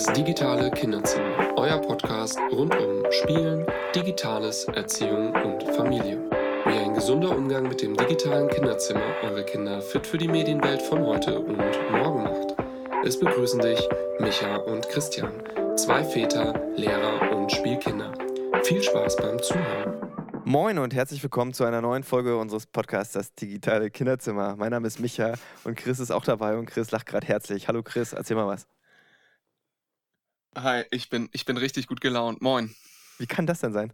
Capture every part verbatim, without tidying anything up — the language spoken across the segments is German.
Das digitale Kinderzimmer, euer Podcast rund um Spielen, Digitales, Erziehung und Familie. Wie ein gesunder Umgang mit dem digitalen Kinderzimmer eure Kinder fit für die Medienwelt von heute und morgen macht. Es begrüßen dich Micha und Christian, zwei Väter, Lehrer und Spielkinder. Viel Spaß beim Zuhören. Moin und herzlich willkommen zu einer neuen Folge unseres Podcasts Das digitale Kinderzimmer. Mein Name ist Micha und Chris ist auch dabei und Chris lacht gerade herzlich. Hallo Chris, erzähl mal was. Hi, ich bin, ich bin richtig gut gelaunt. Moin. Wie kann das denn sein?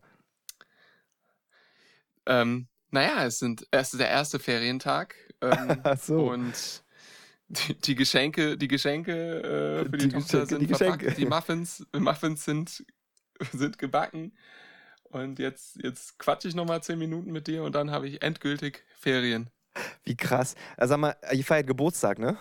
Ähm, naja, es, sind, es ist der erste Ferientag ähm, Ach so. und die, die Geschenke, die Geschenke äh, für die, Die Tochter Geschenke, sind die verpackt, Geschenke. die Muffins, Muffins sind, sind gebacken und jetzt, jetzt quatsche ich nochmal zehn Minuten mit dir und dann habe ich endgültig Ferien. Wie krass. Also sag mal, ihr feiert Geburtstag, ne?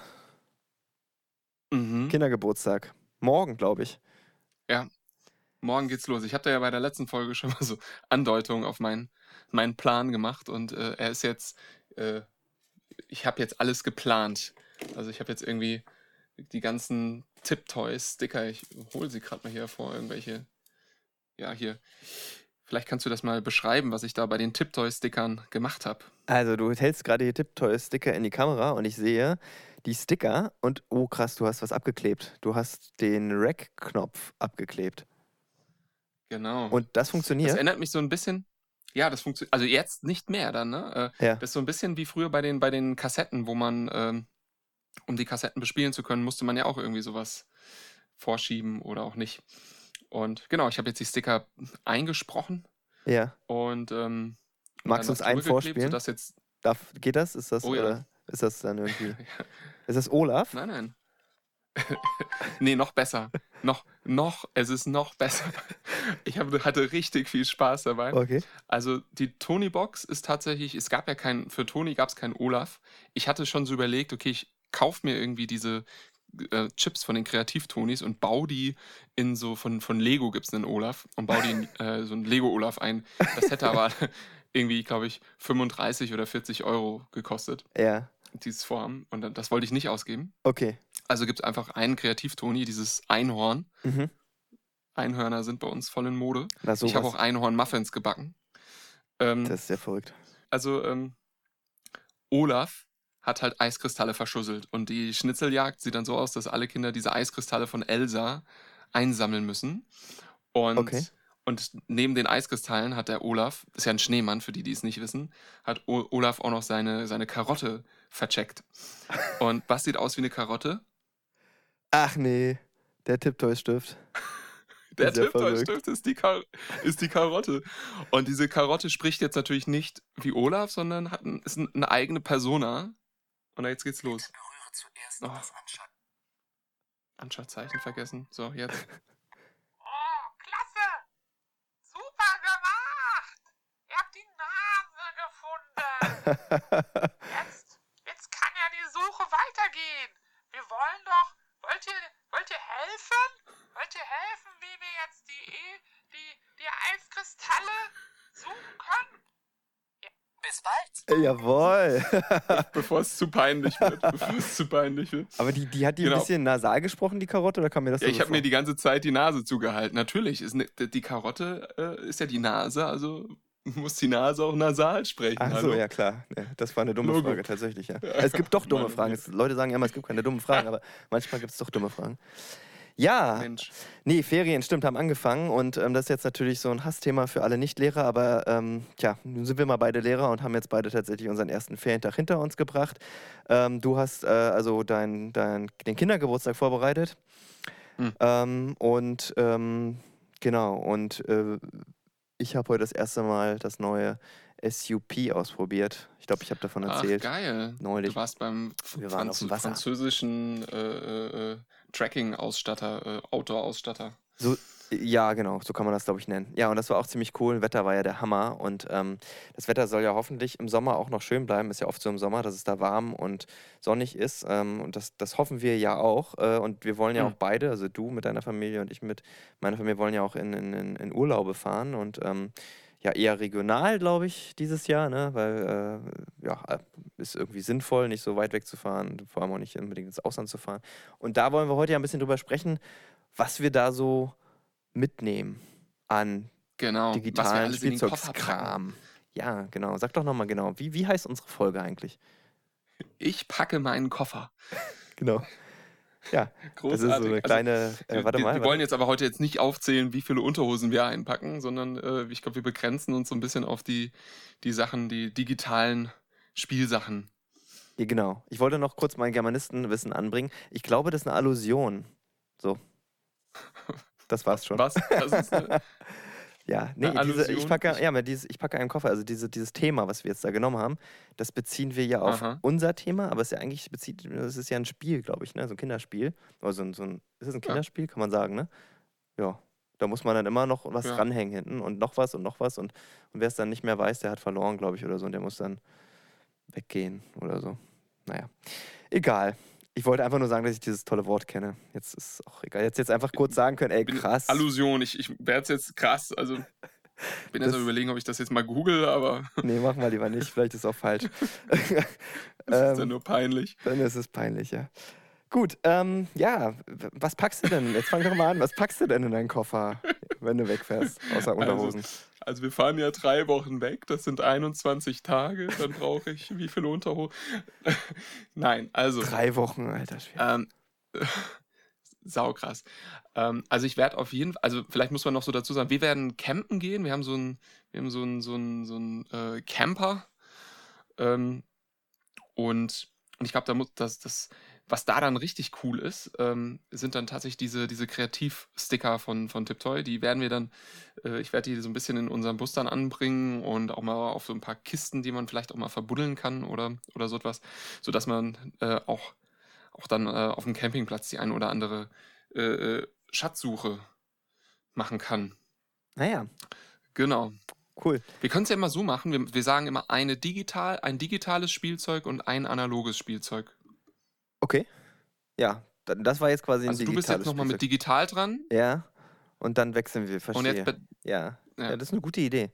Mhm. Kindergeburtstag. Morgen, glaube ich. Ja, morgen geht's los. Ich habe da ja bei der letzten Folge schon mal so Andeutungen auf meinen, meinen Plan gemacht und äh, er ist jetzt, äh, ich habe jetzt alles geplant. Also ich habe jetzt irgendwie die ganzen Tip-Toys-Sticker, ich hole sie gerade mal hier vor, irgendwelche, ja hier. Vielleicht kannst du das mal beschreiben, was ich da bei den Tip-Toy-Stickern gemacht habe. Also du hältst gerade die Tipptoy-Sticker in die Kamera und ich sehe die Sticker und oh krass, du hast was abgeklebt. Du hast den Rack-Knopf abgeklebt. Genau. Und das Das funktioniert? erinnert mich so ein bisschen, ja, das funktioniert, also jetzt nicht mehr dann, ne? Äh, Ja. Das ist so ein bisschen wie früher bei den, bei den Kassetten, wo man, ähm, um die Kassetten bespielen zu können, musste man ja auch irgendwie sowas vorschieben oder auch nicht. Und genau, ich habe jetzt die Sticker eingesprochen Ja. und ähm, und Magst du dann uns noch einen drüber geklebt, vorspielen? sodass jetzt. Darf, geht das? Ist das Oh ja. oder ist das dann irgendwie? Ja, Ist das Olaf? nein, nein. Nee, noch besser. Noch, noch, es ist noch besser. Ich hab, hatte richtig viel Spaß dabei. Okay. Also die Tony-Box ist tatsächlich, es gab ja keinen, für Toni gab es keinen Olaf. Ich hatte schon so überlegt, okay, ich kaufe mir irgendwie diese äh, Chips von den Kreativ-Tonis und baue die in so, von, von Lego gibt es einen Olaf und baue die in äh, so einen Lego-Olaf ein. Das hätte aber irgendwie, glaube ich, fünfunddreißig oder vierzig Euro gekostet, Ja. dieses Vorhaben. Und dann, das wollte ich nicht ausgeben. Okay. Also gibt es einfach einen Kreativ-Toni, dieses Einhorn. Mhm. Einhörner sind bei uns voll in Mode. Na Ich habe sowas. auch Einhorn-Muffins gebacken. Ähm, Das ist sehr verrückt. also ähm, Olaf hat halt Eiskristalle verschusselt und die Schnitzeljagd sieht dann so aus, dass alle Kinder diese Eiskristalle von Elsa einsammeln müssen. Und, Okay. und neben den Eiskristallen hat der Olaf, ist ja ein Schneemann, für die, die es nicht wissen, hat o- Olaf auch noch seine, seine Karotte vercheckt. Und was sieht aus wie eine Karotte? Ach nee, der Tipptoy-Stift. Der Ist ja verrückt. Tipptoy-Stift ist die, Kar ist die Karotte. Und diese Karotte spricht jetzt natürlich nicht wie Olaf, sondern hat ein, ist ein, eine eigene Persona. Und jetzt geht's los. Berühre zuerst Oh. das Anschatten. Anschaltzeichen vergessen. So, jetzt. Oh, klasse! Super gemacht! Ihr habt die Nase gefunden! Jetzt, jetzt kann ja die Suche weitergehen. Wir wollen doch. Wollt ihr, wollt ihr helfen? Wollt ihr helfen, wie wir jetzt die, die, die Eiskristalle suchen können? Ja. Bis bald! Jawohl. Bevor es zu peinlich wird. Bevor es zu peinlich wird. Aber die, die hat die Genau. ein bisschen nasal gesprochen, die Karotte, oder kam mir das Ja, so ich habe vor? mir die ganze Zeit die Nase zugehalten. Natürlich, ist ne, die Karotte äh, ist ja die Nase, also muss die Nase auch nasal sprechen. Ach so, hallo? ja klar. Ja, das war eine dumme Logo. Frage, tatsächlich, ja. Es gibt doch dumme Meine Fragen. Güte. Es, Leute sagen ja immer, es gibt keine dummen Fragen, aber manchmal gibt es doch dumme Fragen. Ja, Mensch. nee, Ferien, stimmt, haben angefangen und ähm, das ist jetzt natürlich so ein Hassthema für alle Nicht-Lehrer, aber ähm, tja, nun sind wir mal beide Lehrer und haben jetzt beide tatsächlich unseren ersten Ferientag hinter uns gebracht. Ähm, du hast äh, also dein, dein, den Kindergeburtstag vorbereitet Hm. ähm, und ähm, genau, und äh, ich habe heute das erste Mal das neue S U P ausprobiert. Ich glaube, ich habe davon Ach, erzählt. geil. neulich. Du warst beim Wir waren auf dem Wasser. französischen äh, äh, Tracking-Ausstatter, äh, Outdoor-Ausstatter. So, ja, genau, so kann man das, glaube ich, nennen. Ja, und das war auch ziemlich cool. Wetter war ja der Hammer. Und ähm, das Wetter soll ja hoffentlich im Sommer auch noch schön bleiben. Ist ja oft so im Sommer, dass es da warm und sonnig ist. Ähm, und das, das hoffen wir ja auch. Äh, und wir wollen ja Hm. auch beide, also du mit deiner Familie und ich mit meiner Familie, wollen ja auch in, in, in in Urlaube fahren. Und ähm, ja, eher regional, glaube ich, dieses Jahr, ne? Weil äh, ja, ist irgendwie sinnvoll, nicht so weit weg zu fahren, vor allem auch nicht unbedingt ins Ausland zu fahren. Und da wollen wir heute ja ein bisschen drüber sprechen, was wir da so mitnehmen an Genau, was wir digitalen alles in den Koffer packen. Spielzeugskram. Ja, genau. Sag doch nochmal genau. Wie, wie heißt unsere Folge eigentlich? Ich packe meinen Koffer. Genau. Ja, das ist so Großartig. eine Also, kleine. Äh, wir, warte wir, mal. wir warte. wollen jetzt aber heute jetzt nicht aufzählen, wie viele Unterhosen wir einpacken, sondern äh, ich glaube, wir begrenzen uns so ein bisschen auf die, die Sachen, die digitalen Spielsachen. Ja, genau. Ich wollte noch kurz mein Germanistenwissen anbringen. Ich glaube, das ist eine Allusion. So. Das war's schon. Was? Das ist eine, Ja, nee, eine diese, ich Allusion? packe, Ich- ja, aber dieses, ich packe einen Koffer, also diese, dieses Thema, was wir jetzt da genommen haben, das beziehen wir ja auf Aha. unser Thema, aber es ist ja eigentlich bezieht, das ist ja ein Spiel, glaube ich, ne? So ein Kinderspiel. Oder so ein, so ein, ist es ein Ja. Kinderspiel, kann man sagen, ne? Ja. Da muss man dann immer noch was Ja. dranhängen hinten und noch was und noch was und, und wer es dann nicht mehr weiß, der hat verloren, glaube ich, oder so, und der muss dann weggehen oder so. Naja. Egal. Ich wollte einfach nur sagen, dass ich dieses tolle Wort kenne. Jetzt ist es auch egal. Jetzt jetzt einfach kurz sagen können, ey, bin krass. Allusion. Ich, ich werde es jetzt krass. Also, ich bin jetzt Das- am Überlegen, ob ich das jetzt mal google, aber Nee, mach mal lieber nicht. Vielleicht ist es auch falsch. das ist ja Ähm, nur peinlich. Dann ist es peinlich, ja. Gut, ähm, ja, w- was packst du denn? Jetzt fang doch mal an. Was packst du denn in deinen Koffer, wenn du wegfährst, außer Unterhosen? Also wir fahren ja drei Wochen weg, das sind einundzwanzig Tage, dann brauche ich wie viele Unterhosen? Nein, also Drei Wochen, alter Schwede. ähm, saukrass. Ähm, also ich werde auf jeden Fall, also vielleicht muss man noch so dazu sagen, wir werden campen gehen, wir haben so einen, wir haben so einen, so einen, so einen äh, Camper ähm, und, und ich glaube, da muss das, das, was da dann richtig cool ist, ähm, sind dann tatsächlich diese, diese Kreativsticker von, von Tiptoy. Die werden wir dann, äh, ich werde die so ein bisschen in unserem Bus dann anbringen und auch mal auf so ein paar Kisten, die man vielleicht auch mal verbuddeln kann oder, oder so etwas, sodass man äh, auch, auch dann äh, auf dem Campingplatz die ein oder andere äh, äh, Schatzsuche machen kann. Naja, Genau. cool. Wir können es ja immer so machen, wir, wir sagen immer eine digital, ein digitales Spielzeug und ein analoges Spielzeug. Okay. Ja, dann- das war jetzt quasi ein Also du bist digitales jetzt nochmal mit Spielzeug. digital dran Ja, und dann wechseln wir, und verstehe. jetzt be- Ja. Ja. Ja, das ist eine gute Idee.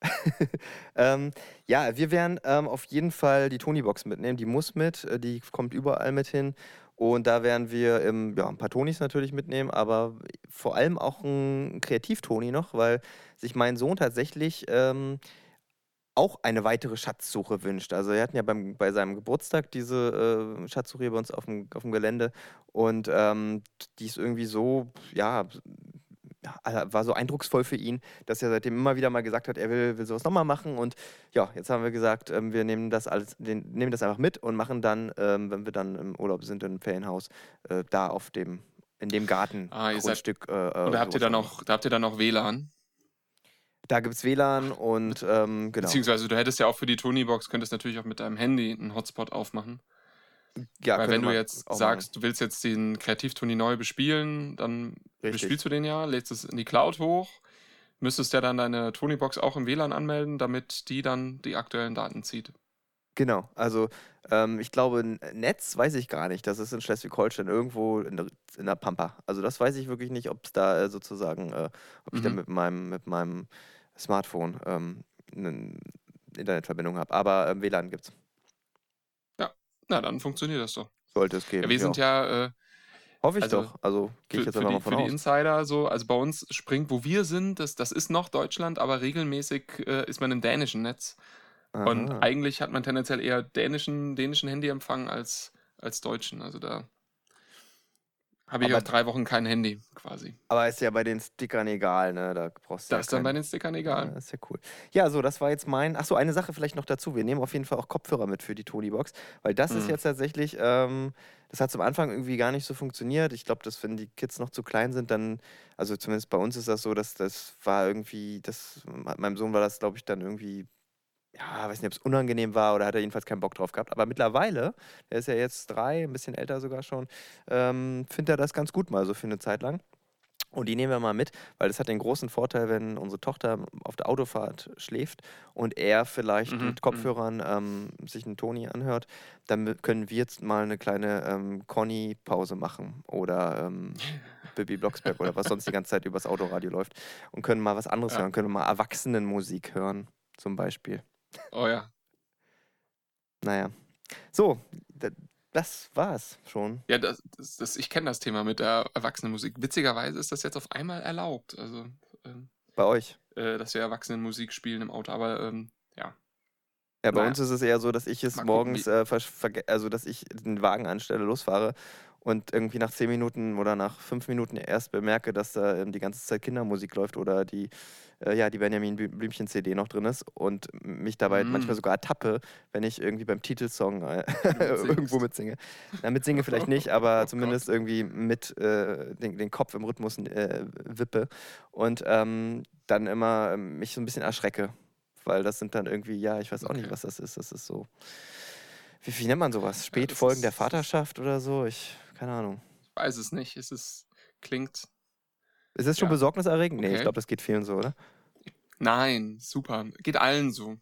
ähm, ja, wir werden ähm, auf jeden Fall die Tony-Box mitnehmen. Die muss mit, äh, die kommt überall mit hin. Und da werden wir ähm, ja, ein paar Tonis natürlich mitnehmen, aber vor allem auch ein Kreativ-Toni noch, weil sich mein Sohn tatsächlich ähm, auch eine weitere Schatzsuche wünscht. Also er hatten ja beim, bei seinem Geburtstag diese äh, Schatzsuche hier bei uns auf dem, auf dem Gelände und ähm, die ist irgendwie so, ja, ja, war so eindrucksvoll für ihn, dass er seitdem immer wieder mal gesagt hat, er will, will sowas nochmal machen. Und ja, jetzt haben wir gesagt, ähm, wir nehmen das alles, den, nehmen das einfach mit und machen dann, ähm, wenn wir dann im Urlaub sind, im Ferienhaus, äh, da auf dem, in dem Garten, Ah, ihr seid- Grundstück. Äh, äh, Und da habt ihr sowas dann auch, da habt ihr dann auch W L A N. Da gibt es W L A N und ähm, genau. Beziehungsweise du hättest ja auch für die Tony-Box, könntest natürlich auch mit deinem Handy einen Hotspot aufmachen. Ja, Weil könnte wenn du man jetzt auch sagst, du willst jetzt den Kreativ-Tony neu bespielen, dann Richtig. bespielst du den ja, lädst es in die Cloud hoch, müsstest ja dann deine Tony-Box auch im W L A N anmelden, damit die dann die aktuellen Daten zieht. Genau, also ähm, ich glaube, ein Netz weiß ich gar nicht. Das ist in Schleswig-Holstein irgendwo in der, in der Pampa. Also das weiß ich wirklich nicht, ob es da äh, sozusagen, äh, ob ich da Mhm. mit meinem, mit meinem Smartphone ähm, eine Internetverbindung habe. Aber ähm, W L A N gibt es. Na, dann funktioniert das doch. Sollte es geben. Ja, wir sind ja, äh, Hoffe ich also doch. Also gehe ich für, jetzt für, einfach die, mal von für die aus. Insider so, also bei uns springt, wo wir sind, das, das ist noch Deutschland, aber regelmäßig äh, ist man im dänischen Netz. Und Aha. eigentlich hat man tendenziell eher dänischen, dänischen Handyempfang als, als deutschen. Also da habe ich Aber- auch drei Wochen kein Handy quasi. Aber ist ja bei den Stickern egal, ne? Da brauchst du Das ja ist dann kein- bei den Stickern Ja, egal. das ist ja cool. Ja, so, das war jetzt mein. Achso, eine Sache vielleicht noch dazu. Wir nehmen auf jeden Fall auch Kopfhörer mit für die Tony-Box, weil das ist Mhm. jetzt tatsächlich, ähm, das hat zum Anfang irgendwie gar nicht so funktioniert. Ich glaube, dass wenn die Kids noch zu klein sind, dann, also zumindest bei uns ist das so, dass das war irgendwie, das, meinem Sohn war das, glaube ich, dann irgendwie, ja, weiß nicht, ob es unangenehm war oder hat er jedenfalls keinen Bock drauf gehabt. Aber mittlerweile, der ist ja jetzt drei, ein bisschen älter sogar schon, ähm, findet er das ganz gut mal so für eine Zeit lang. Und die nehmen wir mal mit, weil das hat den großen Vorteil, wenn unsere Tochter auf der Autofahrt schläft und er vielleicht Mhm, mit Kopfhörern ähm, sich einen Toni anhört, dann mü- können wir jetzt mal eine kleine ähm, Conny-Pause machen oder ähm, Bibi Blocksberg oder was sonst die ganze Zeit übers Autoradio läuft und können mal was anderes Ja. hören, können mal Erwachsenenmusik hören zum Beispiel. Oh ja. Naja. So, d- das war's schon. Ja, das, das, das, ich kenne das Thema mit der Erwachsenenmusik. Witzigerweise ist das jetzt auf einmal erlaubt. Also, ähm, Bei euch? äh, dass wir Erwachsenenmusik spielen im Auto. Aber ähm, ja, Ja, bei naja, uns ist es eher so, dass ich es mal gucken, morgens, wie. äh, versch- verge- also dass ich den Wagen anstelle, losfahre und irgendwie nach zehn Minuten oder nach fünf Minuten erst bemerke, dass da ähm, die ganze Zeit Kindermusik läuft oder die, äh, ja, die Benjamin Blü- Blümchen-C D noch drin ist und mich dabei manchmal Mm, sogar ertappe, wenn ich irgendwie beim Titelsong äh, du irgendwo mitsingst. mitsinge. Na, mitsinge vielleicht nicht, aber Oh zumindest Gott. irgendwie mit äh, den, den Kopf im Rhythmus äh, wippe und ähm, dann immer ähm, mich so ein bisschen erschrecke. Weil das sind dann irgendwie, ja, ich weiß auch nicht, Okay. was das ist. Das ist so, wie, wie nennt man sowas? Ja, das Spätfolgen der ist, das ist, Vaterschaft oder so? Ich, keine Ahnung. ich weiß es nicht. Es ist, klingt, Ist das schon ja, besorgniserregend? Nee, ich okay. glaube, das geht vielen so, oder? Nein, super. Geht allen so.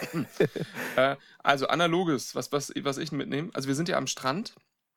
äh, also analoges, was, was, was ich mitnehme. Also wir sind ja am Strand.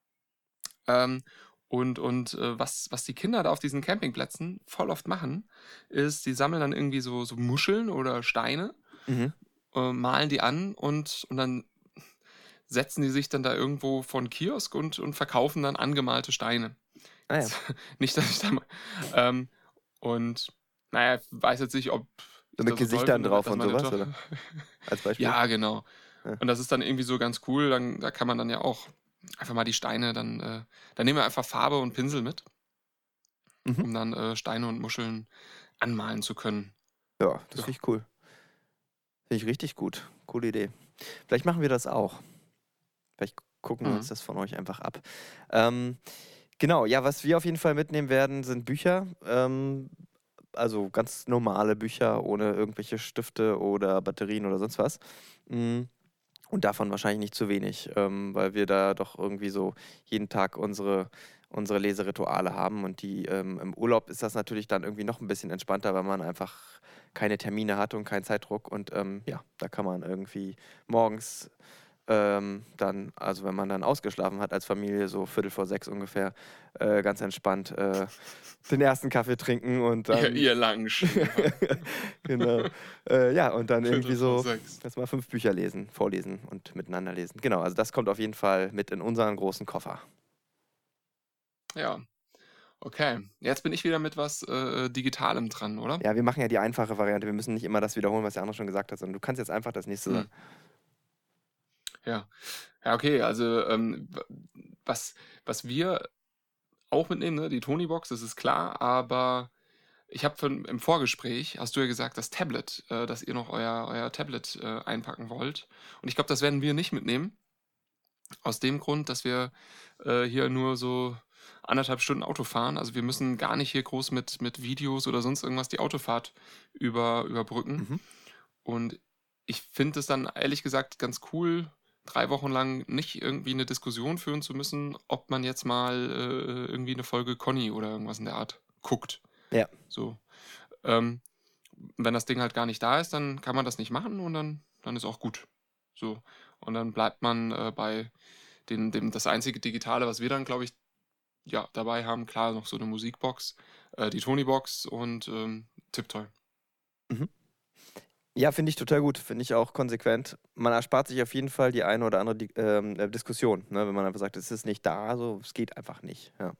Ähm, und und äh, was, was die Kinder da auf diesen Campingplätzen voll oft machen, ist, die sammeln dann irgendwie so, so Muscheln oder Steine, Mhm. äh, malen die an und, und dann setzen die sich dann da irgendwo vor einen Kiosk und, und verkaufen dann angemalte Steine. Ah ja. Jetzt, nicht, dass ich da mal. Ähm, und naja, ich weiß jetzt nicht, ob So ich mit das so toll Gesichtern finde, drauf dass und meine sowas, Tochter. oder? Als Beispiel. Ja, genau. Ja. Und das ist dann irgendwie so ganz cool. Dann, da kann man dann ja auch einfach mal die Steine, dann, äh, dann nehmen wir einfach Farbe und Pinsel mit, Mhm. um dann äh, Steine und Muscheln anmalen zu können. Ja, das Ja. finde ich cool. Finde ich richtig gut. Coole Idee. Vielleicht machen wir das auch. Vielleicht gucken wir uns Mhm. das von euch einfach ab. Ähm, genau, ja, was wir auf jeden Fall mitnehmen werden, sind Bücher. Ähm, also ganz normale Bücher ohne irgendwelche Stifte oder Batterien oder sonst was. Mm, Und davon wahrscheinlich nicht zu wenig, ähm, weil wir da doch irgendwie so jeden Tag unsere, unsere Leserituale haben. Und die ähm, im Urlaub ist das natürlich dann irgendwie noch ein bisschen entspannter, weil man einfach keine Termine hat und keinen Zeitdruck. Und ähm, ja, da kann man irgendwie morgens ähm, dann, also wenn man dann ausgeschlafen hat als Familie, so Viertel vor sechs ungefähr, äh, ganz entspannt äh, den ersten Kaffee trinken und Ihr, dann, ihr langen Schläfer. genau, äh, ja, und dann irgendwie Viertel vor so sechs. erstmal fünf Bücher lesen, vorlesen und miteinander lesen. Genau, also das kommt auf jeden Fall mit in unseren großen Koffer. Ja, okay. Jetzt bin ich wieder mit was äh, Digitalem dran, oder? Ja, wir machen ja die einfache Variante. Wir müssen nicht immer das wiederholen, was der andere schon gesagt hat, sondern du kannst jetzt einfach das nächste Hm. sagen. Ja. Ja, okay. Also, ähm, w- was, was wir auch mitnehmen, ne? Die Tony-Box, das ist klar, aber ich habe im Vorgespräch, hast du ja gesagt, das Tablet, äh, dass ihr noch euer, euer Tablet äh, einpacken wollt. Und ich glaube, das werden wir nicht mitnehmen. Aus dem Grund, dass wir äh, hier nur so anderthalb Stunden Auto fahren. Also wir müssen gar nicht hier groß mit, mit Videos oder sonst irgendwas die Autofahrt über, überbrücken. Mhm. Und ich finde es dann ehrlich gesagt ganz cool, drei Wochen lang nicht irgendwie eine Diskussion führen zu müssen, ob man jetzt mal äh, irgendwie eine Folge Conny oder irgendwas in der Art guckt. Ja. So. Ähm, wenn das Ding halt gar nicht da ist, dann kann man das nicht machen und dann, dann ist auch gut. So. Und dann bleibt man äh, bei den, dem, das einzige Digitale, was wir dann, glaube ich, ja, dabei haben, klar, noch so eine Musikbox, äh, die Tony-Box und ähm, Tiptoy. Mhm. Ja, finde ich total gut, finde ich auch konsequent. Man erspart sich auf jeden Fall die eine oder andere Di ähm, äh, Diskussion, ne? Wenn man einfach sagt, es ist nicht da, so, es geht einfach nicht. Ja,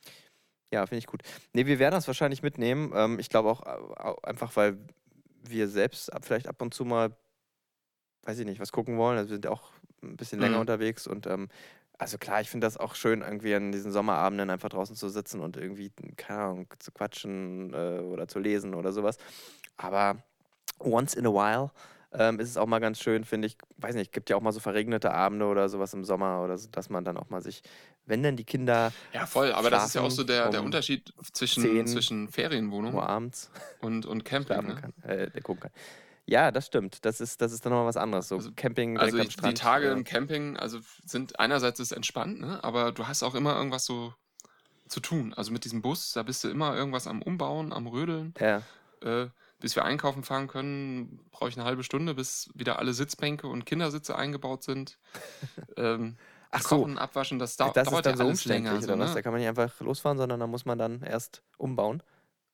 ja, finde ich gut. Ne, wir werden das wahrscheinlich mitnehmen. Ähm, ich glaube auch äh, au- einfach, weil wir selbst ab, vielleicht ab und zu mal, weiß ich nicht, was gucken wollen. Also wir sind ja auch ein bisschen länger Mhm. unterwegs und ähm, also klar, ich finde das auch schön, irgendwie an diesen Sommerabenden einfach draußen zu sitzen und irgendwie, keine Ahnung, zu quatschen äh, oder zu lesen oder sowas. Aber once in a while ähm, ist es auch mal ganz schön, finde ich, weiß nicht, gibt ja auch mal so verregnete Abende oder sowas im Sommer oder so, dass man dann auch mal sich, wenn dann die Kinder Ja, voll, aber das ist ja auch schlafen so der, der um Unterschied zwischen, zehn zwischen Uhr Ferienwohnung abends und, und Camping, schlafen ne? kann, äh, der gucken kann. Ja, das stimmt. Das ist, das ist dann nochmal was anderes. So Also, Camping also direkt am ich, die Strand. Tage Äh, im Camping, also sind einerseits ist entspannt, ne? Aber du hast auch immer irgendwas so zu tun. Also mit diesem Bus, da bist du immer irgendwas am Umbauen, am Rödeln. ja. Äh, bis wir einkaufen fahren können, brauche ich eine halbe Stunde, bis wieder alle Sitzbänke und Kindersitze eingebaut sind. Ähm, Ach das so, Kochen, Abwaschen, das dau das ist dauert dann ja so alles länger, umständlich so, oder was? Da ne? kann man nicht einfach losfahren, sondern da muss man dann erst umbauen.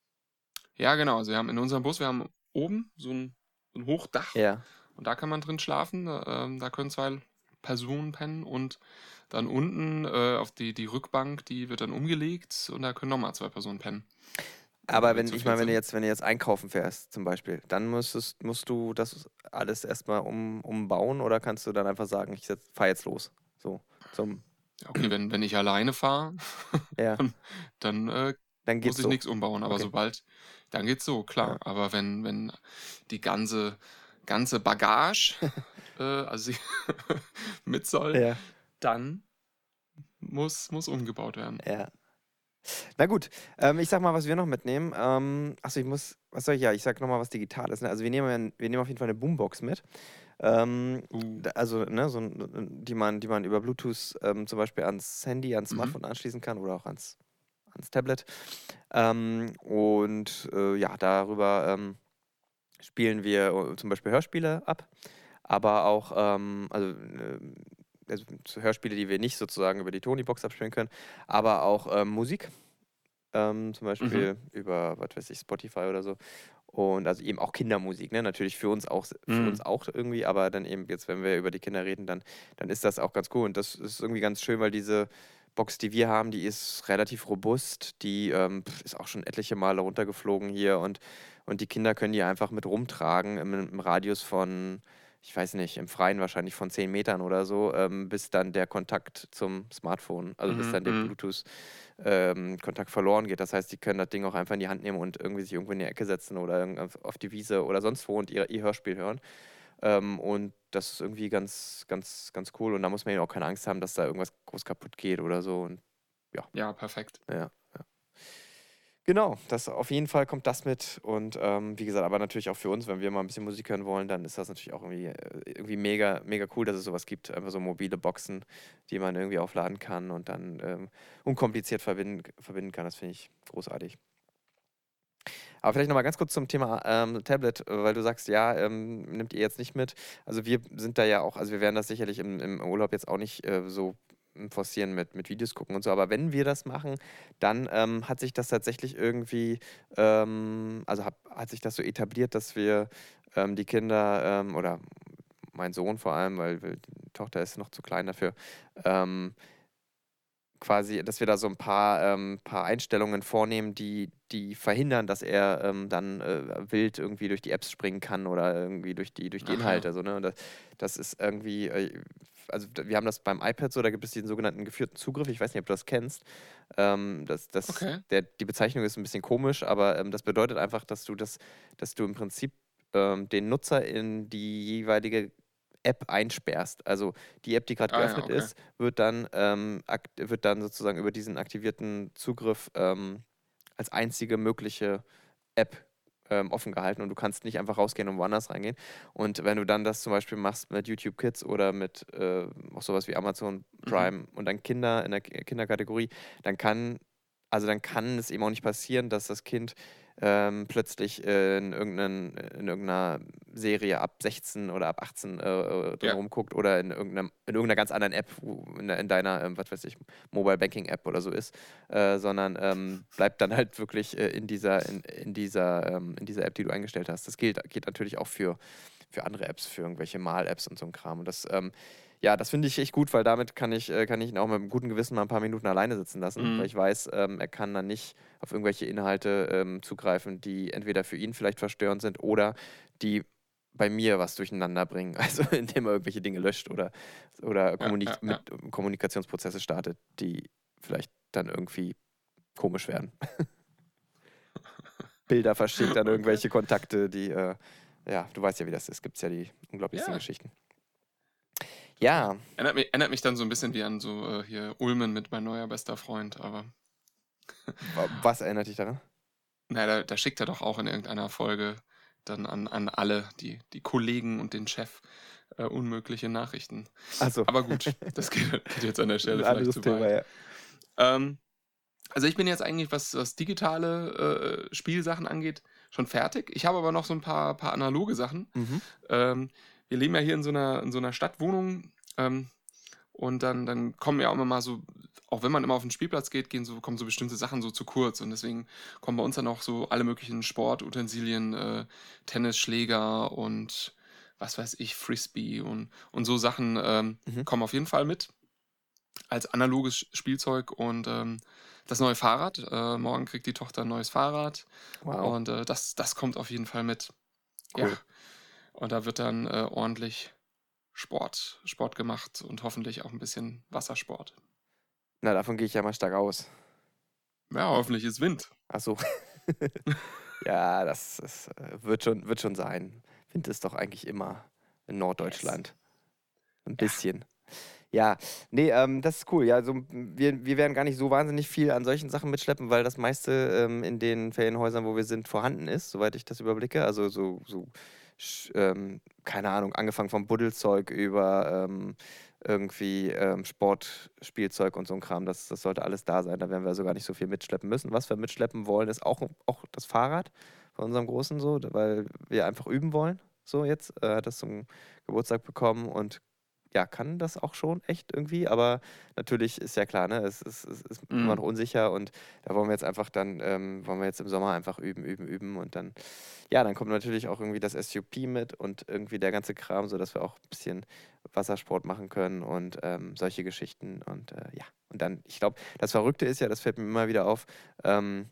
Ja, genau. Also wir haben in unserem Bus, wir haben oben so ein, so ein Hochdach Ja. und da kann man drin schlafen. Da, ähm, da können zwei Personen pennen und dann unten äh, auf die, die Rückbank, die wird dann umgelegt und da können nochmal zwei Personen pennen. Aber wir wenn, zu ich viert meine, wenn du sind. jetzt, wenn du jetzt einkaufen fährst, zum Beispiel, dann müsstest, musst du das alles erstmal um, umbauen oder kannst du dann einfach sagen, ich fahre jetzt los? So, zum, Ja, okay, wenn, wenn ich alleine fahre, ja, dann, dann äh, dann muss geht's ich so. nichts umbauen. Aber Okay. sobald, dann geht's so, klar. Ja. Aber wenn, wenn die ganze, ganze Bagage äh, also sie mit soll, Ja, dann muss, muss umgebaut werden. ja. Na gut, ähm, ich sag mal, was wir noch mitnehmen. Ähm, achso, ich muss, was soll ich, ja, ich sag nochmal was Digitales. Ne? Also wir nehmen, ein- wir nehmen auf jeden Fall eine Boombox mit. Ähm, Uh, da- also, ne, so, ein- die man, die man über Bluetooth ähm, zum Beispiel ans Handy, ans mhm. Smartphone anschließen kann oder auch ans, ans Tablet. Ähm, und äh, ja, darüber ähm, spielen wir äh, zum Beispiel Hörspiele ab, aber auch ähm, also, äh, also so Hörspiele, die wir nicht sozusagen über die Tony-Box abspielen können, aber auch ähm, Musik, ähm, zum Mhm. Beispiel über, was weiß ich, Spotify oder so. Und also eben auch Kindermusik, ne? Natürlich für uns auch, für uns Mhm. auch irgendwie, aber dann eben jetzt, wenn wir über die Kinder reden, dann, dann ist das auch ganz cool. Und das ist irgendwie ganz schön, weil diese Box, die wir haben, die ist relativ robust. Die ähm, pf, ist auch schon etliche Male runtergeflogen hier und, und die Kinder können die einfach mit rumtragen im, im Radius von, ich weiß nicht, im Freien wahrscheinlich von zehn Metern oder so, ähm, bis dann der Kontakt zum Smartphone, also bis Mhm. dann der Mhm. Bluetooth-Kontakt verloren geht. Das heißt, die können das Ding auch einfach in die Hand nehmen und irgendwie sich irgendwo in die Ecke setzen oder irgend- auf auf die Wiese oder sonst wo und ihr, ihr Hörspiel hören. Ähm, und das ist irgendwie ganz, ganz, ganz cool. Und da muss man eben auch keine Angst haben, dass da irgendwas groß kaputt geht oder so. Und Ja, perfekt. ja, ja. Genau, das auf jeden Fall kommt das mit. Und ähm, wie gesagt, aber natürlich auch für uns, wenn wir mal ein bisschen Musik hören wollen, dann ist das natürlich auch irgendwie, äh, irgendwie mega, mega cool, dass es sowas gibt. Einfach so mobile Boxen, die man irgendwie aufladen kann und dann ähm, unkompliziert verbinden, verbinden kann. Das finde ich großartig. Aber vielleicht nochmal ganz kurz zum Thema ähm, Tablet, äh, weil du sagst, ja, ähm, nimmt ihr jetzt nicht mit. Also wir sind da ja auch, also wir werden das sicherlich im, im Urlaub jetzt auch nicht äh, so forcieren mit, mit Videos gucken und so. Aber wenn wir das machen, dann ähm, hat sich das tatsächlich irgendwie, ähm, also hab, hat sich das so etabliert, dass wir ähm, die Kinder ähm, oder mein Sohn vor allem, weil, weil die Tochter ist noch zu klein dafür, ähm, quasi, dass wir da so ein paar, ähm, paar Einstellungen vornehmen, die, die verhindern, dass er ähm, dann äh, wild irgendwie durch die Apps springen kann oder irgendwie durch die, durch die Ach ja. Inhalte. So, ne? Und das, das ist irgendwie, äh, also d- wir haben das beim iPad so, da gibt es diesen sogenannten geführten Zugriff. Ich weiß nicht, ob du das kennst. Ähm, das, das, Okay. der, die Bezeichnung ist ein bisschen komisch, aber ähm, das bedeutet einfach, dass du das, dass du im Prinzip ähm, den Nutzer in die jeweilige App einsperrst. Also die App, die gerade Ah ja, geöffnet okay. ist, wird dann, ähm, akt wird dann sozusagen über diesen aktivierten Zugriff ähm, als einzige mögliche App ähm, offen gehalten und du kannst nicht einfach rausgehen und woanders reingehen. Und wenn du dann das zum Beispiel machst mit YouTube Kids oder mit äh, auch sowas wie Amazon Mhm. Prime und dann Kinder in der Ki- Kinderkategorie, dann kann, also dann kann es eben auch nicht passieren, dass das Kind ähm, plötzlich äh, in, irgendeinen, in irgendeiner Serie ab sechzehn oder ab achtzehn äh, äh, drin Ja. rumguckt oder in irgendeiner, in irgendeiner ganz anderen App, wo in, de- in deiner, ähm, was weiß ich, Mobile Banking App oder so ist, äh, sondern ähm, bleibt dann halt wirklich äh, in dieser, in, in dieser, ähm, in dieser App, die du eingestellt hast. Das gilt, geht natürlich auch für, für andere Apps, für irgendwelche Mal-Apps und so ein Kram. Und das, ähm, ja, das finde ich echt gut, weil damit kann ich, äh, kann ich ihn auch mit einem guten Gewissen mal ein paar Minuten alleine sitzen lassen, weil Mhm. ich weiß, ähm, er kann dann nicht auf irgendwelche Inhalte ähm, zugreifen, die entweder für ihn vielleicht verstörend sind oder die bei mir was durcheinander bringen. Also indem er irgendwelche Dinge löscht oder, oder Ja, kommunik ja, ja. mit ähm, Kommunikationsprozesse startet, die vielleicht dann irgendwie komisch werden. Bilder verschickt an Okay. irgendwelche Kontakte, die, äh, ja, du weißt ja, wie das ist. Gibt es ja die unglaublichsten Ja, Geschichten. total. Ja, Erinnert mich, erinnert mich dann so ein bisschen wie an so äh, hier Ulmen mit mein neuer bester Freund, aber wa- was erinnert dich daran? naja, da, da schickt er doch auch in irgendeiner Folge dann an, an alle, die, die Kollegen und den Chef, äh, unmögliche Nachrichten. Achso, Aber gut, das geht, geht jetzt an der ein Stelle vielleicht anderes zu Thema, weit. ja. Ähm, also ich bin jetzt eigentlich, was, was digitale äh, Spielsachen angeht, schon fertig. Ich habe aber noch so ein paar, paar analoge Sachen. Mhm. Ähm, wir leben ja hier in so einer, in so einer Stadtwohnung ähm, und dann, dann kommen ja auch immer mal so, auch wenn man immer auf den Spielplatz geht, gehen so, kommen so bestimmte Sachen so zu kurz und deswegen kommen bei uns dann auch so alle möglichen Sportutensilien, äh, Tennisschläger und was weiß ich, Frisbee und, und so Sachen ähm, Mhm. kommen auf jeden Fall mit als analoges Spielzeug und ähm, das neue Fahrrad. Äh, morgen kriegt die Tochter ein neues Fahrrad Wow, und äh, das, das kommt auf jeden Fall mit. Ja, cool. und da wird dann äh, ordentlich Sport, Sport gemacht und hoffentlich auch ein bisschen Wassersport. Na, davon gehe ich ja mal stark aus. Ja, hoffentlich ist Wind. Ach so. Ja, das, das äh, wird schon, wird schon sein. Wind ist doch eigentlich immer in Norddeutschland. Ein bisschen. Ja, nee, ähm, das ist cool. Ja, also wir, wir werden gar nicht so wahnsinnig viel an solchen Sachen mitschleppen, weil das meiste ähm, in den Ferienhäusern, wo wir sind, vorhanden ist, soweit ich das überblicke. Also so, so sch- ähm, keine Ahnung, angefangen vom Buddelzeug über ähm, irgendwie ähm, Sportspielzeug und so ein Kram. Das, das sollte alles da sein. Da werden wir also gar nicht so viel mitschleppen müssen. Was wir mitschleppen wollen, ist auch, auch das Fahrrad von unserem Großen so, weil wir einfach üben wollen. So jetzt. Er hat das zum Geburtstag bekommen und ja, kann das auch schon echt irgendwie, aber natürlich ist ja klar, ne, es, es, es ist immer noch Mhm. unsicher und da wollen wir jetzt einfach dann, ähm, wollen wir jetzt im Sommer einfach üben, üben, üben und dann, ja, dann kommt natürlich auch irgendwie das S U P mit und irgendwie der ganze Kram, sodass wir auch ein bisschen Wassersport machen können und ähm, solche Geschichten und äh, ja, und dann, ich glaube, das Verrückte ist ja, das fällt mir immer wieder auf, ähm,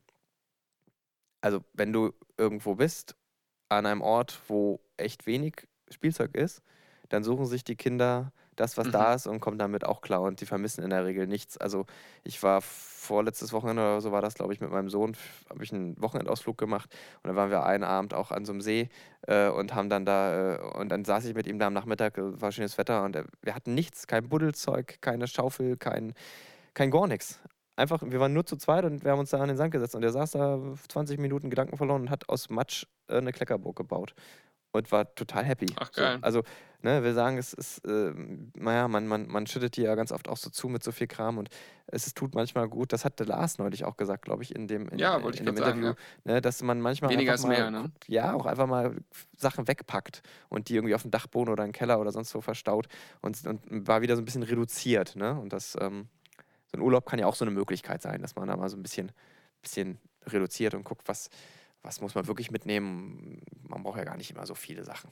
also wenn du irgendwo bist, an einem Ort, wo echt wenig Spielzeug ist, dann suchen sich die Kinder das, was Mhm. da ist und kommen damit auch klar und die vermissen in der Regel nichts. Also ich war vorletztes Wochenende oder so war das, glaube ich, mit meinem Sohn, habe ich einen Wochenendausflug gemacht und dann waren wir einen Abend auch an so einem See äh, und haben dann da, äh, und dann saß ich mit ihm da am Nachmittag, äh, war schönes Wetter und äh, wir hatten nichts, kein Buddelzeug, keine Schaufel, kein, kein gar nichts. Einfach, wir waren nur zu zweit und wir haben uns da an den Sand gesetzt und der saß da zwanzig Minuten Gedanken verloren und hat aus Matsch äh, eine Kleckerburg gebaut und war total happy. Ach, So, geil. also, ne, wir sagen, es ist, äh, naja, man, man, man schüttet die ja ganz oft auch so zu mit so viel Kram und es, es tut manchmal gut, das hat der Lars neulich auch gesagt, glaube ich, in dem, in, Ja, äh, wollte ich in dem gerade sagen, Interview, ja. ne, dass man manchmal Weniger einfach ist mal mehr, ne? guckt, ja, auch einfach mal Sachen wegpackt und die irgendwie auf dem Dachboden oder im Keller oder sonst wo verstaut und, und war wieder so ein bisschen reduziert, ne, und das, ähm, so ein Urlaub kann ja auch so eine Möglichkeit sein, dass man da mal so ein bisschen, bisschen reduziert und guckt, was, was muss man wirklich mitnehmen. Man braucht ja gar nicht immer so viele Sachen.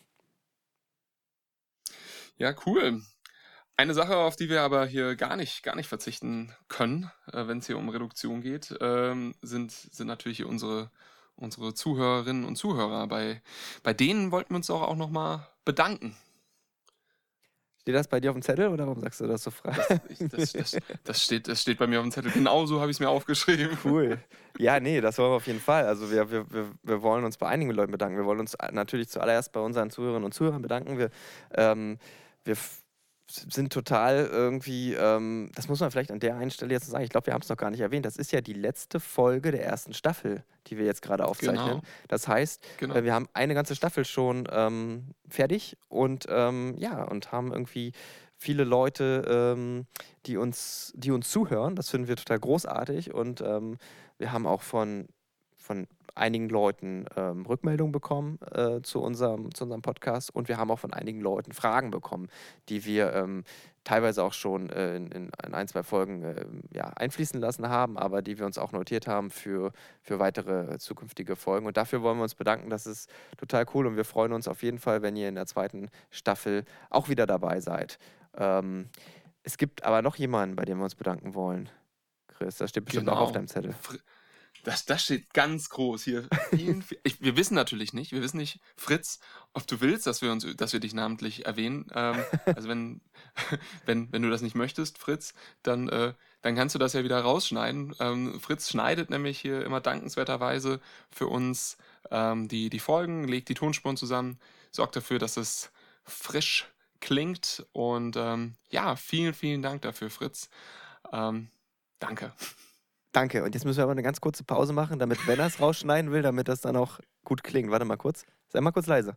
Ja, cool. Eine Sache, auf die wir aber hier gar nicht, gar nicht verzichten können, äh, wenn es hier um Reduktion geht, ähm, sind, sind natürlich hier unsere, unsere Zuhörerinnen und Zuhörer. Bei, bei denen wollten wir uns auch, auch nochmal bedanken. Steht das bei dir auf dem Zettel oder warum sagst du das so frei? Das, ich, das, das, das, steht, das steht bei mir auf dem Zettel. Genauso habe ich es mir aufgeschrieben. Cool. Ja, nee, das wollen wir auf jeden Fall. Also wir, wir, wir, wir wollen uns bei einigen Leuten bedanken. Wir wollen uns natürlich zuallererst bei unseren Zuhörerinnen und Zuhörern bedanken. Wir, ähm, wir f- sind total irgendwie, ähm, das muss man vielleicht an der einen Stelle jetzt sagen, ich glaube, wir haben es noch gar nicht erwähnt, das ist ja die letzte Folge der ersten Staffel, die wir jetzt gerade aufzeichnen. Genau. Das heißt, Genau. äh, wir haben eine ganze Staffel schon ähm, fertig und ähm, ja, und haben irgendwie viele Leute, ähm, die uns, die uns zuhören. Das finden wir total großartig und ähm, wir haben auch von, von einigen Leuten ähm, Rückmeldungen bekommen äh, zu, unserem, zu unserem Podcast und wir haben auch von einigen Leuten Fragen bekommen, die wir ähm, teilweise auch schon äh, in, in, in ein, zwei Folgen äh, ja, einfließen lassen haben, aber die wir uns auch notiert haben für, für weitere zukünftige Folgen. Und dafür wollen wir uns bedanken. Das ist total cool und wir freuen uns auf jeden Fall, wenn ihr in der zweiten Staffel auch wieder dabei seid. Ähm, es gibt aber noch jemanden, bei dem wir uns bedanken wollen. Chris, das steht bestimmt auch auf Genau. deinem Zettel. Fr- Das, das steht ganz groß hier. Vielen, vi- ich, wir wissen natürlich nicht, wir wissen nicht, Fritz, ob du willst, dass wir uns, dass wir dich namentlich erwähnen. Ähm, also wenn, wenn, wenn du das nicht möchtest, Fritz, dann, äh, dann kannst du das ja wieder rausschneiden. Ähm, Fritz schneidet nämlich hier immer dankenswerterweise für uns ähm, die, die Folgen, legt die Tonspuren zusammen, sorgt dafür, dass es frisch klingt. Und ähm, ja, vielen, vielen Dank dafür, Fritz. Ähm, danke. Danke. Und jetzt müssen wir aber eine ganz kurze Pause machen, damit, wenn er es rausschneiden will, damit das dann auch gut klingt. Warte mal kurz. Sei mal kurz leise.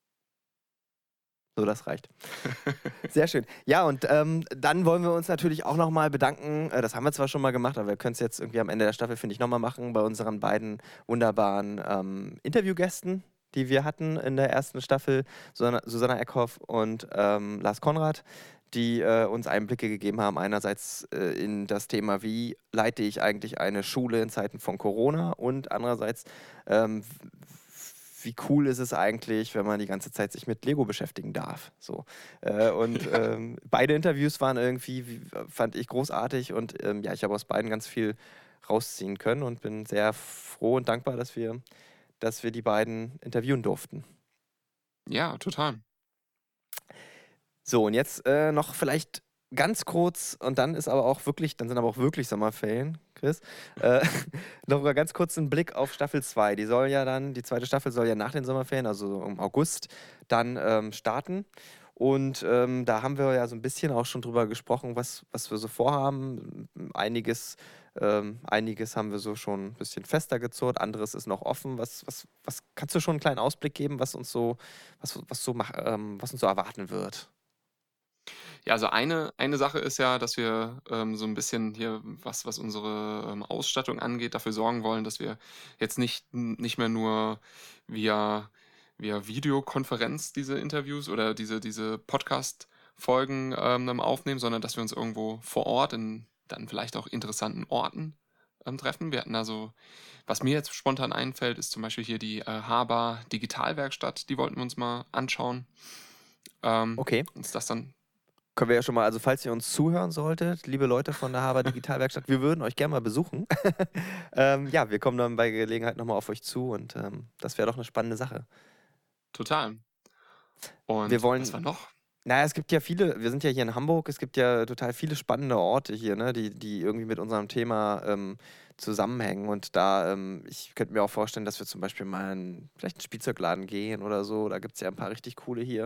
So, das reicht. Sehr schön. Ja, und ähm, dann wollen wir uns natürlich auch nochmal bedanken. Äh, das haben wir zwar schon mal gemacht, aber wir können es jetzt irgendwie am Ende der Staffel, finde ich, nochmal machen bei unseren beiden wunderbaren ähm, Interviewgästen, die wir hatten in der ersten Staffel, Susanna, Susanna Eckhoff und ähm, Lars Konrad, die äh, uns Einblicke gegeben haben. Einerseits äh, in das Thema, wie leite ich eigentlich eine Schule in Zeiten von Corona und andererseits, ähm, wie cool ist es eigentlich, wenn man die ganze Zeit sich mit Lego beschäftigen darf. So. Äh, und ähm, beide Interviews waren irgendwie, wie, fand ich, großartig und ähm, ja, ich habe aus beiden ganz viel rausziehen können und bin sehr froh und dankbar, dass wir, dass wir die beiden interviewen durften. Ja, total. So, und jetzt äh, noch vielleicht ganz kurz, und dann ist aber auch wirklich, dann sind aber auch wirklich Sommerferien, Chris. Äh, noch mal ganz kurz einen Blick auf Staffel zwei. Die soll ja dann, die zweite Staffel soll ja nach den Sommerferien, also im August, dann ähm, starten. Und ähm, da haben wir ja so ein bisschen auch schon drüber gesprochen, was, was wir so vorhaben. Einiges, ähm, einiges haben wir so schon ein bisschen fester gezurrt, anderes ist noch offen. Was, was, was kannst du schon einen kleinen Ausblick geben, was uns so, was, was so mach, ähm, was uns so erwarten wird? Ja, also eine, eine Sache ist ja, dass wir ähm, so ein bisschen hier, was, was unsere ähm, Ausstattung angeht, dafür sorgen wollen, dass wir jetzt nicht, nicht mehr nur via, via Videokonferenz diese Interviews oder diese, diese Podcast-Folgen ähm, aufnehmen, sondern dass wir uns irgendwo vor Ort in dann vielleicht auch interessanten Orten ähm, treffen. Wir hatten also, was mir jetzt spontan einfällt, ist zum Beispiel hier die äh, Haber Digitalwerkstatt, die wollten wir uns mal anschauen. Ähm, Okay. uns das dann Können wir ja schon mal, also falls ihr uns zuhören solltet, liebe Leute von der Haber Digitalwerkstatt, wir würden euch gerne mal besuchen. ähm, ja, wir kommen dann bei Gelegenheit nochmal auf euch zu und ähm, das wäre doch eine spannende Sache. Total. Und Wir wollen- was war noch? Naja, es gibt ja viele, wir sind ja hier in Hamburg, es gibt ja total viele spannende Orte hier, ne, die, die irgendwie mit unserem Thema ähm, zusammenhängen. Und da, ähm, ich könnte mir auch vorstellen, dass wir zum Beispiel mal in vielleicht einen Spielzeugladen gehen oder so. Da gibt es ja ein paar richtig coole hier.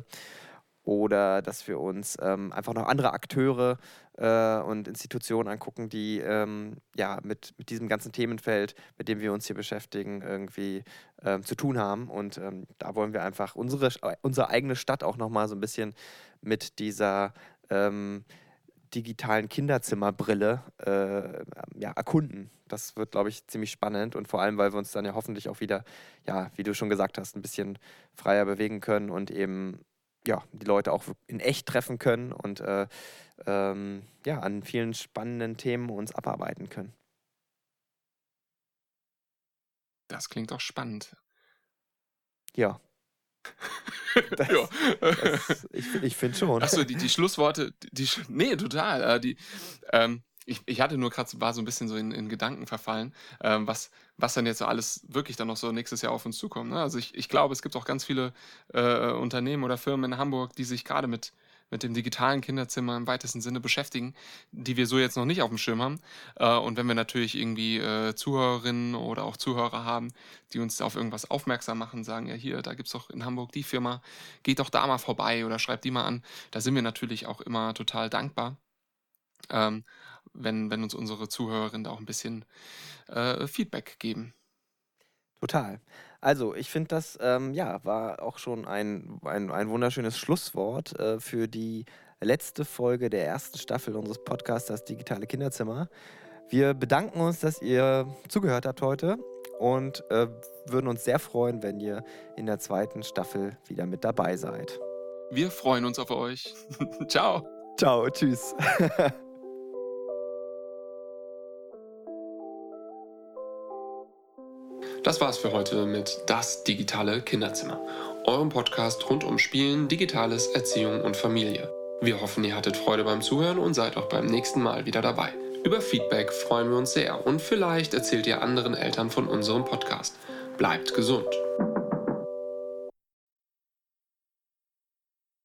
Oder dass wir uns ähm, einfach noch andere Akteure äh, und Institutionen angucken, die ähm, ja, mit, mit diesem ganzen Themenfeld, mit dem wir uns hier beschäftigen, irgendwie ähm, zu tun haben. Und ähm, da wollen wir einfach unsere, unsere eigene Stadt auch nochmal so ein bisschen mit dieser ähm, digitalen Kinderzimmerbrille äh, ja, erkunden. Das wird, glaube ich, ziemlich spannend und vor allem, weil wir uns dann ja hoffentlich auch wieder, ja, wie du schon gesagt hast, ein bisschen freier bewegen können und eben ja, die Leute auch in echt treffen können und äh, ähm, ja, an vielen spannenden Themen uns abarbeiten können. Das klingt doch spannend. Ja. Das, ja. das, ich ich finde schon. Achso, die, die Schlussworte, die, die, nee, total. Äh, die, ähm, ich, ich hatte nur gerade, war so ein bisschen so in, in Gedanken verfallen, ähm, was, was dann jetzt so alles wirklich dann noch so nächstes Jahr auf uns zukommt. Ne? Also ich, ich glaube, es gibt auch ganz viele äh, Unternehmen oder Firmen in Hamburg, die sich gerade mit, mit dem digitalen Kinderzimmer im weitesten Sinne beschäftigen, die wir so jetzt noch nicht auf dem Schirm haben. Äh, und wenn wir natürlich irgendwie äh, Zuhörerinnen oder auch Zuhörer haben, die uns auf irgendwas aufmerksam machen, sagen, ja hier, da gibt es doch in Hamburg die Firma, geht doch da mal vorbei oder schreibt die mal an. Da sind wir natürlich auch immer total dankbar, ähm, wenn, wenn uns unsere Zuhörerinnen da auch ein bisschen äh, Feedback geben. Total. Also, ich finde, das ähm, ja, war auch schon ein, ein, ein wunderschönes Schlusswort äh, für die letzte Folge der ersten Staffel unseres Podcasts Das digitale Kinderzimmer. Wir bedanken uns, dass ihr zugehört habt heute und äh, würden uns sehr freuen, wenn ihr in der zweiten Staffel wieder mit dabei seid. Wir freuen uns auf euch. Ciao. Ciao, tschüss. Das war's für heute mit Das digitale Kinderzimmer, eurem Podcast rund um Spielen, Digitales, Erziehung und Familie. Wir hoffen, ihr hattet Freude beim Zuhören und seid auch beim nächsten Mal wieder dabei. Über Feedback freuen wir uns sehr und vielleicht erzählt ihr anderen Eltern von unserem Podcast. Bleibt gesund!